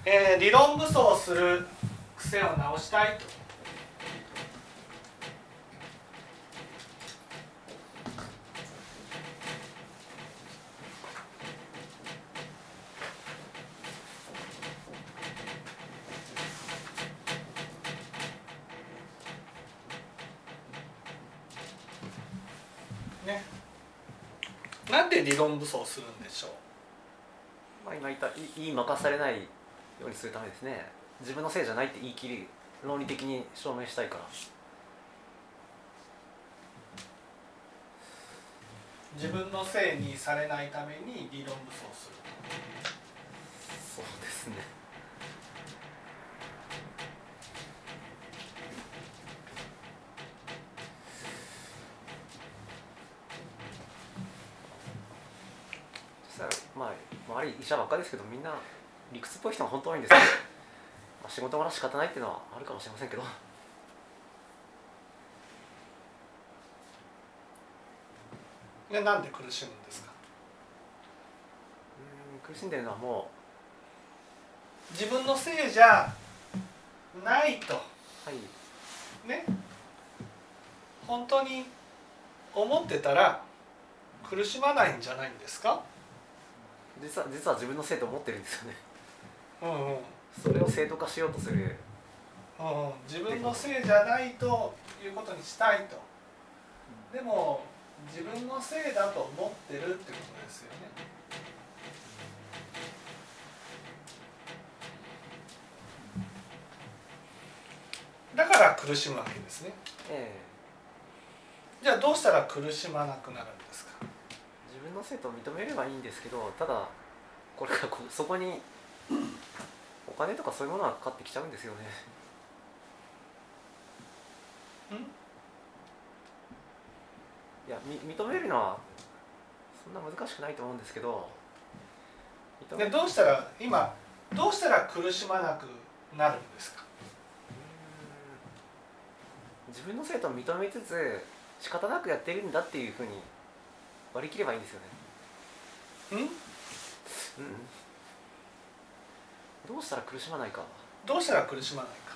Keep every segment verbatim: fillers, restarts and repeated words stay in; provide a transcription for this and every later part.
えー、理論武装する癖を直したいと。ね、なんで理論武装するんでしょう。 まあ、今言った言い任されないようにするためですね。自分のせいじゃないって言い切り論理的に証明したいから。 自分のせいにされないために理論武装する。 そうですね。まあ、周り医者ばっかりですけど、みんな理屈っぽい人が本当多いんですけど、まあ、仕事柄仕方ないっていうのはあるかもしれませんけど。 で、なんで苦しむんですか。 うーん苦しんでるのはもう自分のせいじゃないと、 はいね、本当に思ってたら苦しまないんじゃないんですか。 実は実は自分のせいと思ってるんですよね。 うんうん、 それを正当化しようとする、 うんうん、自分のせいじゃないということにしたいと。でも自分のせいだと思ってるってことですよね。だから苦しむわけですね。 ええ、じゃあどうしたら苦しまなくなるんですか。 自分のせいと認めればいいんですけど、ただこれからこそこにお金とかそういうものがかかってきちゃうんですよね。 んいや認めるのはそんな難しくないと思うんですけど、 でどうしたら今どうしたら苦しまなくなるんですか。 うーん自分のせいと認めつつ仕方なくやってるんだっていうふうに割り切ればいいんですよね。 ん、 うん、どうしたら苦しまないか。 どうしたら苦しまないか。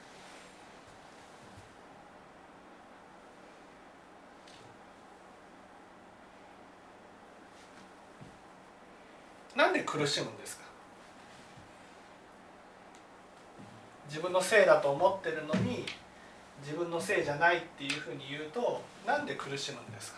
なんで苦しむんですか。自分のせいだと思ってるのに自分のせいじゃないっていうふうに言うと、なんで苦しむんですか。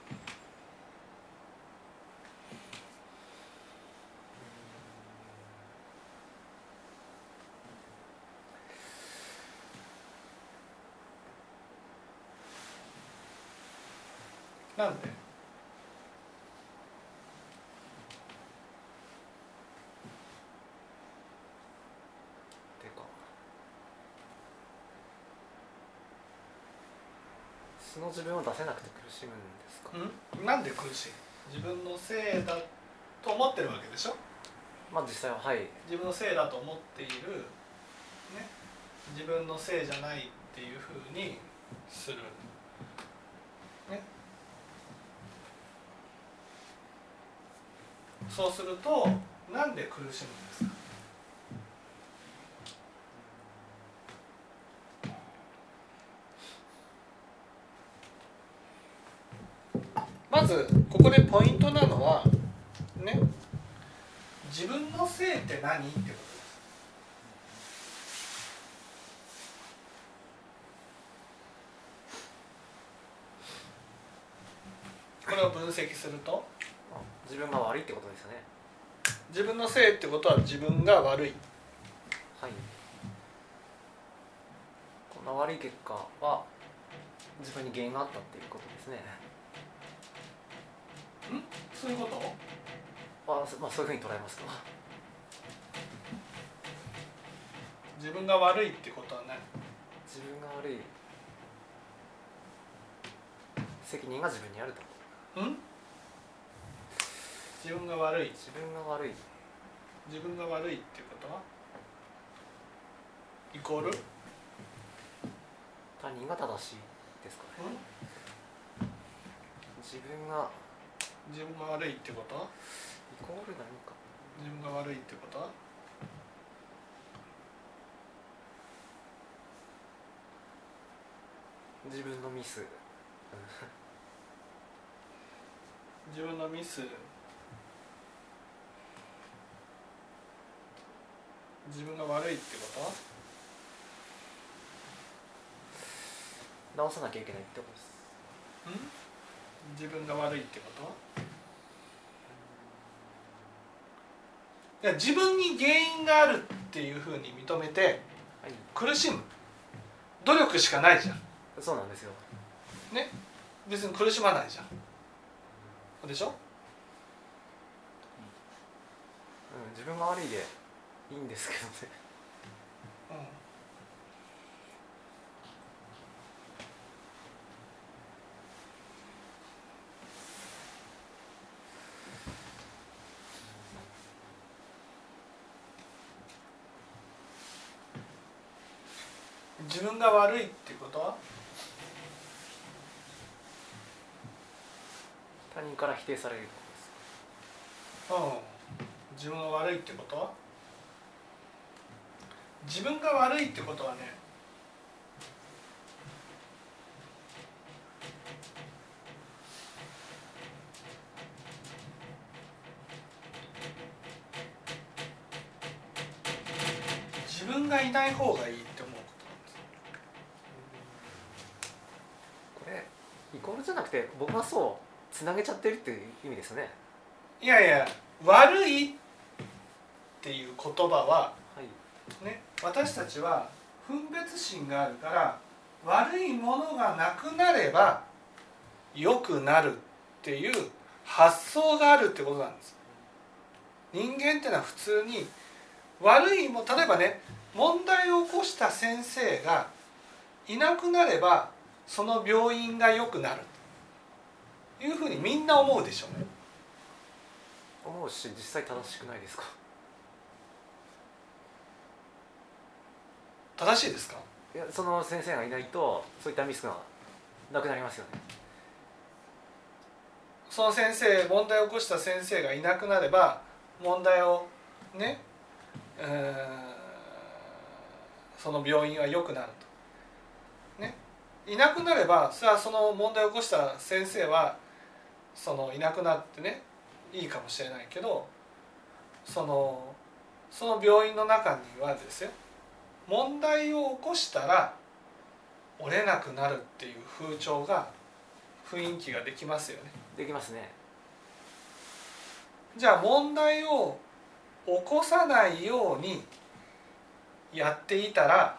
なんで。 てか素の自分を出せなくて苦しむんですか。 んなんで苦しい。自分のせいだと思ってるわけでしょ。 まあ実際ははい。 自分のせいだと思っている、ね、自分のせいじゃないっていうふうにする、ね、そうするとなんで苦しむんですか。まずここでポイントなのはね、自分のせいって何ってことです。これを分析すると、 自分が悪いってことですよね。 自分のせいってことは自分が悪い。 はい。こんな悪い結果は自分に原因があったっていうことですね。 ん？そういうこと？ あ、まあそういうふうに捉えますか。 自分が悪いってことは何？ 自分が悪い責任が自分にあると。 ん？自分が悪い。 自分が悪い。 自分が悪いってことはイコール他人が正しいですかね。自分が自分が悪いってことはイコール何か。 自分が悪いってことは自分のミス自分のミス自分が悪いってことは直さなきゃいけないってことです。 ん自分が悪いってことはいや自分に原因があるっていうふうに認めて、はい、苦しむ努力しかないじゃん。 そうなんですよね、別に苦しまないじゃんでしょ、うん、 自分が悪いでいいんですけどね、 うん、自分が悪いってことは他人から否定されるとです。うん、自分が悪いってことは自分が悪いってことはね、自分がいない方がいいって思うことなんです。 これイコールじゃなくて僕はそうつなげちゃってるっていう意味ですね。 いやいや悪いっていう言葉は、はいね、私たちは分別心があるから悪いものがなくなれば良くなるっていう発想があるってことなんです。人間っていうのは普通に悪いも例えばね問題を起こした先生がいなくなればその病院が良くなるというふうにみんな思うでしょうね。 思うし実際正しくないですか。 正しいですか。 いやその先生がいないとそういったミスがなくなりますよね。 その先生問題を起こした先生がいなくなれば問題をね、えー、その病院は良くなると、ね、いなくなればそれはその問題を起こした先生はそのいなくなってねいいかもしれないけどそのその病院の中にはですよ問題を起こしたら折れなくなるっていう風潮が雰囲気ができますよね。 できますね。 じゃあ問題を起こさないようにやっていたら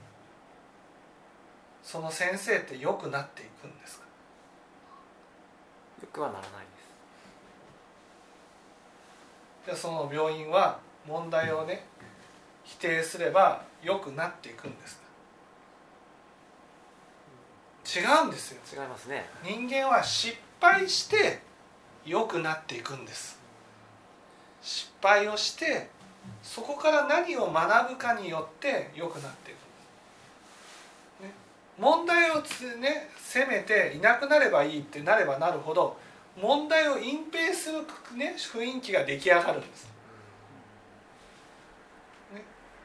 その先生って良くなっていくんですか。 良くはならないです。 じゃあその病院は問題をね否定すれば良くなっていくんですか。違うんですよ。 違いますね。 人間は失敗して良くなっていくんです。失敗をしてそこから何を学ぶかによって良くなっていく、ね、問題をつ、ね、責めていなくなればいいってなればなるほど問題を隠蔽する、ね、雰囲気が出来上がるんです、ね、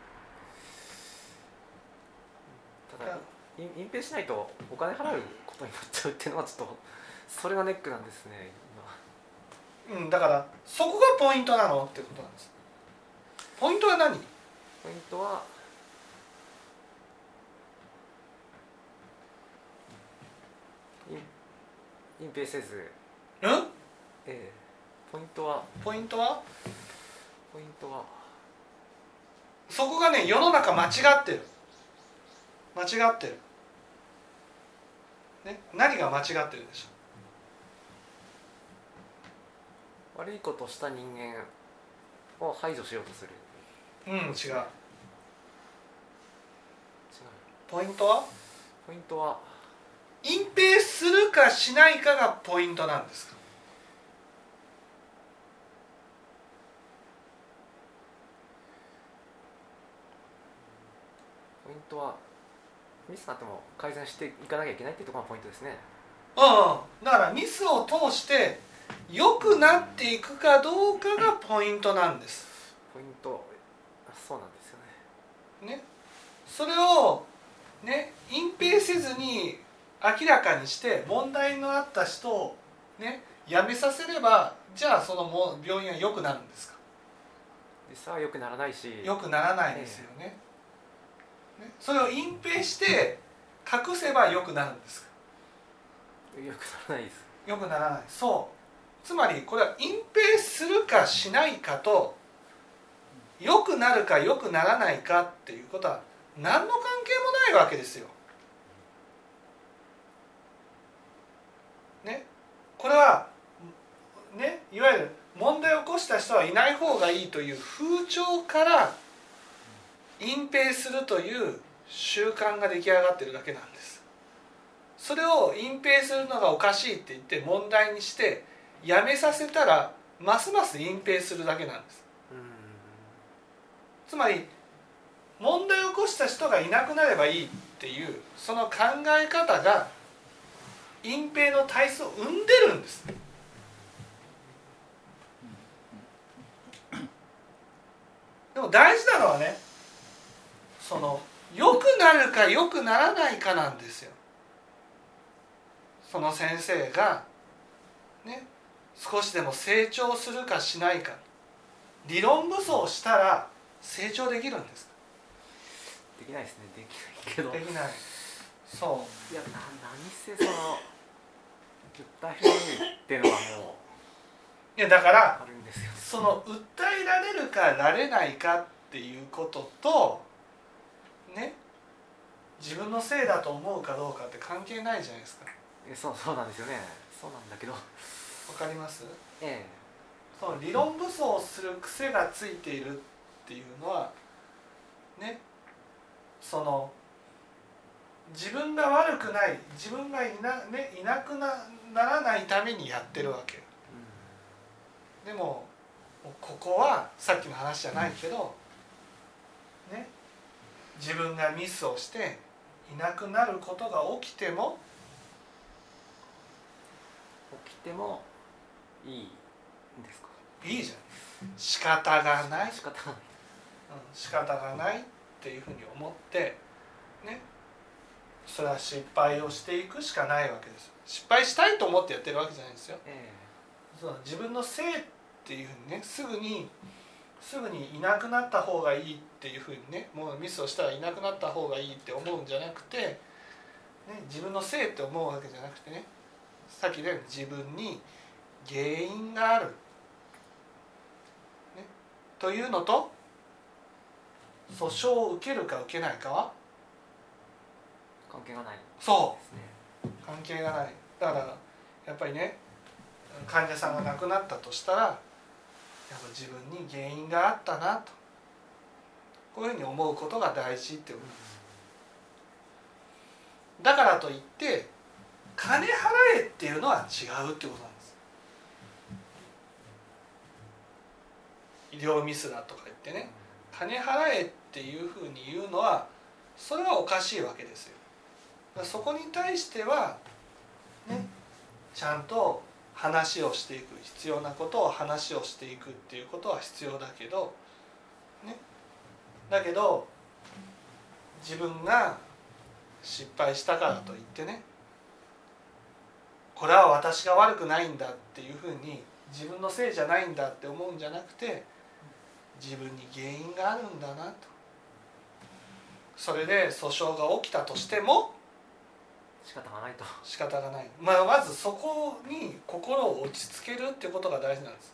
ただ隠蔽しないとお金払うことになっちゃうっていうのはちょっとそれがネックなんですね今、うん、だからそこがポイントなのってことなんです。ポイントは何？ ポイントは隠蔽せず、 うん？ ええ、ポイントはポイントはポイントはそこがね世の中間違ってる間違ってる、ね、何が間違ってるでしょう。悪いことをした人間を排除しようとする。 うん、違う。違う。 違う。 ポイントはポイントは隠蔽するかしないかがポイントなんですか。 ポイントはミスがあっても改善していかなきゃいけないっていうところがポイントですね。 うん、だからミスを通して良くなっていくかどうかがポイントなんです。 ポイント、そうなんですよね。 ね、それをね隠蔽せずに明らかにして問題のあった人をね辞めさせれば、じゃあそのもう病院は良くなるんですか？ 実際は良くならないし、 良くならないですよね。ね、それを隠蔽して隠せば良くなるんですか？ 良くならないです。 良くならない。そう。つまりこれは隠蔽するかしないかと良くなるか良くならないかっていうことは何の関係もないわけですよ。ね、これはね、いわゆる問題を起こした人はいない方がいいという風潮から隠蔽するという習慣が出来上がっているだけなんです。それを隠蔽するのがおかしいって言って問題にしてやめさせたらますます隠蔽するだけなんです。つまり問題を起こした人がいなくなればいいっていうその考え方が隠蔽の体質を生んでるんです。でも大事なのはね、その良くなるか良くならないかなんですよ。その先生がね、少しでも成長するかしないか。理論武装したら成長できるんですか？ できないですね。できないけど。 できない。そう。 いや、な何せその訴えられるっていうのはもう。いやだからあるんですよ。 その訴えられるかられないかっていうこととね、自分のせいだと思うかどうかって関係ないじゃないですか。 えそうそうなんですよね。そうなんだけど。わかります？ ええ。 その理論武装する癖がついているっていうのはね、その自分が悪くない、自分がい な,、ね、いなく な, ならないためにやってるわけ、うん、でもここはさっきの話じゃないけど、ね、自分がミスをしていなくなることが起きても起きてもいいんですか？ いいじゃん。仕方がない、 仕方がない、うん、 仕方がないっていうふうに思ってね、それは失敗をしていくしかないわけです。失敗したいと思ってやってるわけじゃないんですよ、えー、その自分のせいっていうふうにね、すぐにすぐにいなくなった方がいいっていうふうにね、もうミスをしたらいなくなった方がいいって思うんじゃなくて、ね、自分のせいって思うわけじゃなくてね、さっきで自分に原因がある、ね、というのと訴訟を受けるか受けないかは関係がない、 そう、関係がない。だからやっぱりね、患者さんが亡くなったとしたらやっぱ自分に原因があったなと、こういうふうに思うことが大事ってことです。だからといって金払えっていうのは違うってことなんです。医療ミスだとか言ってね、金払えっていうふうに言うのはそれはおかしいわけですよ。そこに対してはね、ちゃんと話をしていく、必要なことを話をしていくっていうことは必要だけど、ね、だけど自分が失敗したからといってね、これは私が悪くないんだっていうふうに自分のせいじゃないんだって思うんじゃなくて、自分に原因があるんだなと。それで訴訟が起きたとしても仕方がないと。 仕方がない。まあ、まずそこに心を落ち着けるっていうことが大事なんです。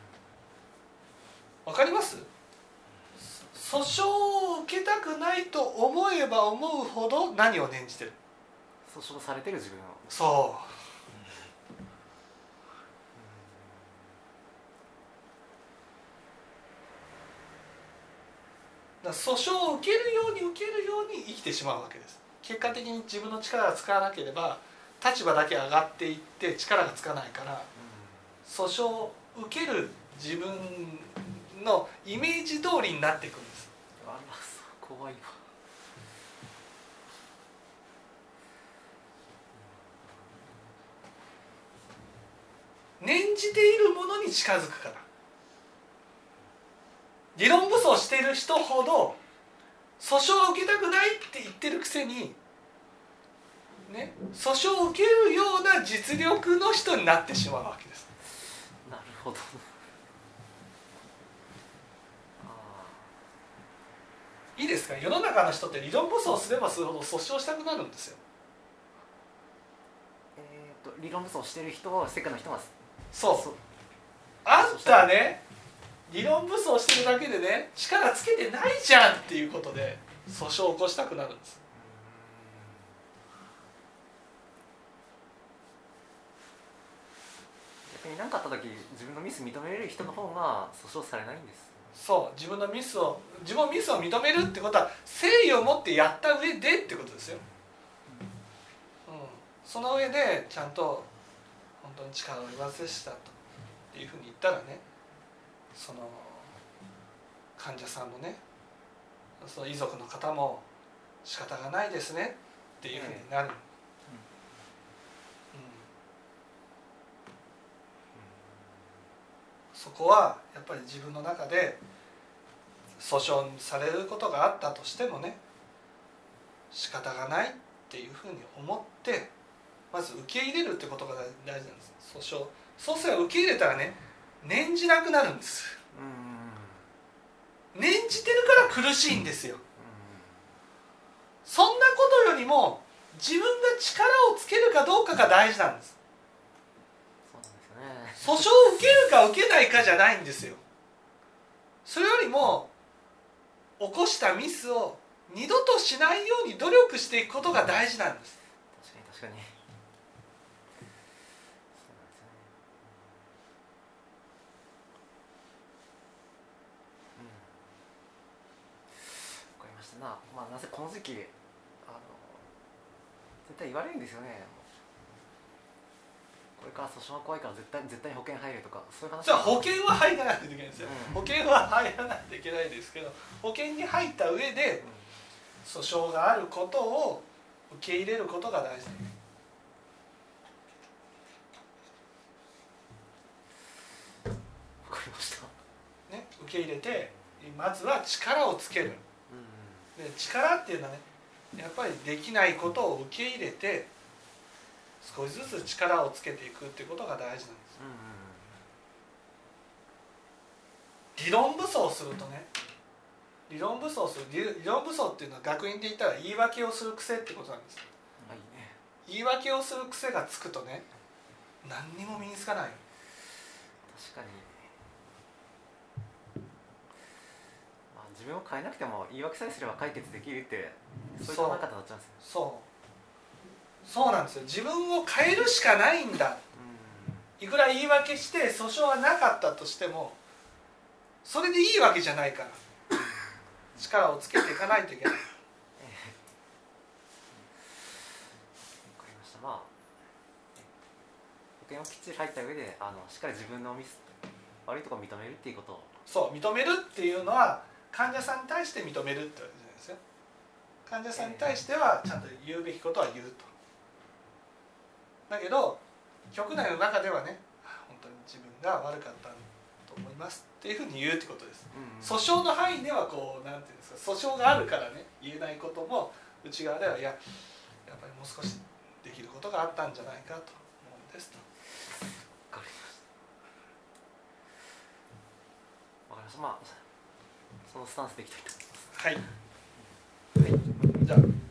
わかります？訴訟を受けたくないと思えば思うほど何を念じてる？ 訴訟されてる自分を。 そう。だから訴訟を受けるように受けるように生きてしまうわけです。結果的に自分の力が使わなければ立場だけ上がっていって力がつかないから、訴訟を受ける自分のイメージ通りになっていくんです。 あら、怖いわ。 念じているものに近づくから。理論武装している人ほど訴訟を受けたくないって言ってるくせにね、訴訟を受けるような実力の人になってしまうわけです。 なるほど。 いいですか、世の中の人って理論武装すればするほど訴訟したくなるんですよ。 えー、と理論武装してる人は世界の人がそうそうあんたね理論武装してるだけでね力つけてないじゃんっていうことで訴訟を起こしたくなるんです。 逆に何かあった時自分のミス認めれる人の方が訴訟されないんです。 そう自分のミスを自分のミスを認めるってことは誠意を持ってやった上でってことですよ、うん、その上でちゃんと本当に力を及ばせしたとっていうふうに言ったらねその患者さんもねその遺族の方も仕方がないですねっていうふうになる、うんうん、そこはやっぱり自分の中で訴訟されることがあったとしてもね仕方がないっていうふうに思ってまず受け入れるってことが大事なんです。訴訟そうすれば受け入れたらね念じなくなるんです。念じてるから苦しいんですよ。そんなことよりも自分が力をつけるかどうかが大事なんです。訴訟を受けるか受けないかじゃないんですよ。それよりも起こしたミスを二度としないように努力していくことが大事なんです。 確かに確かに。わかりましたな。まあなぜこの時期あの絶対言われるんですよね。これから訴訟が怖いから絶対絶対に保険入るとかそういう話。 じゃあ保険は入らないといけないんですよ、うん、保険は入らないといけないですけど保険に入った上で訴訟があることを受け入れることが大事です。 わかりました、 ね、受け入れてまずは力をつける、うん、で力っていうのはねやっぱりできないことを受け入れて少しずつ力をつけていくっていうことが大事なんです、うんうん、理論武装するとね理論武装する理論武装っていうのは学院で言ったら言い訳をする癖ってことなんです、はいね、言い訳をする癖がつくとね何にも身につかない。 確かに、まあ、自分を変えなくても言い訳さえすれば解決できるってそういう考え方になっちゃうんですよね。 そうそうなんですよ。自分を変えるしかないんだ、うん、いくら言い訳して訴訟はなかったとしてもそれでいいわけじゃないから力をつけていかないといけない。わかりました。まあ保険をきっちり入った上であのしっかり自分のミス悪いところを認めるっていうことをそう認めるっていうのは患者さんに対して認めるってわけじゃないですよ。患者さんに対してはちゃんと言うべきことは言うと。だけど局内の中ではね本当に自分が悪かったと思いますっていうふうに言うってことです、うんうん、訴訟の範囲ではこうなんていうんですか訴訟があるからね言えないことも内側ではいややっぱりもう少しできることがあったんじゃないかと思うんですと。 わかりました。まあそのスタンスでいきたいと思います。 はい、はい、じゃあ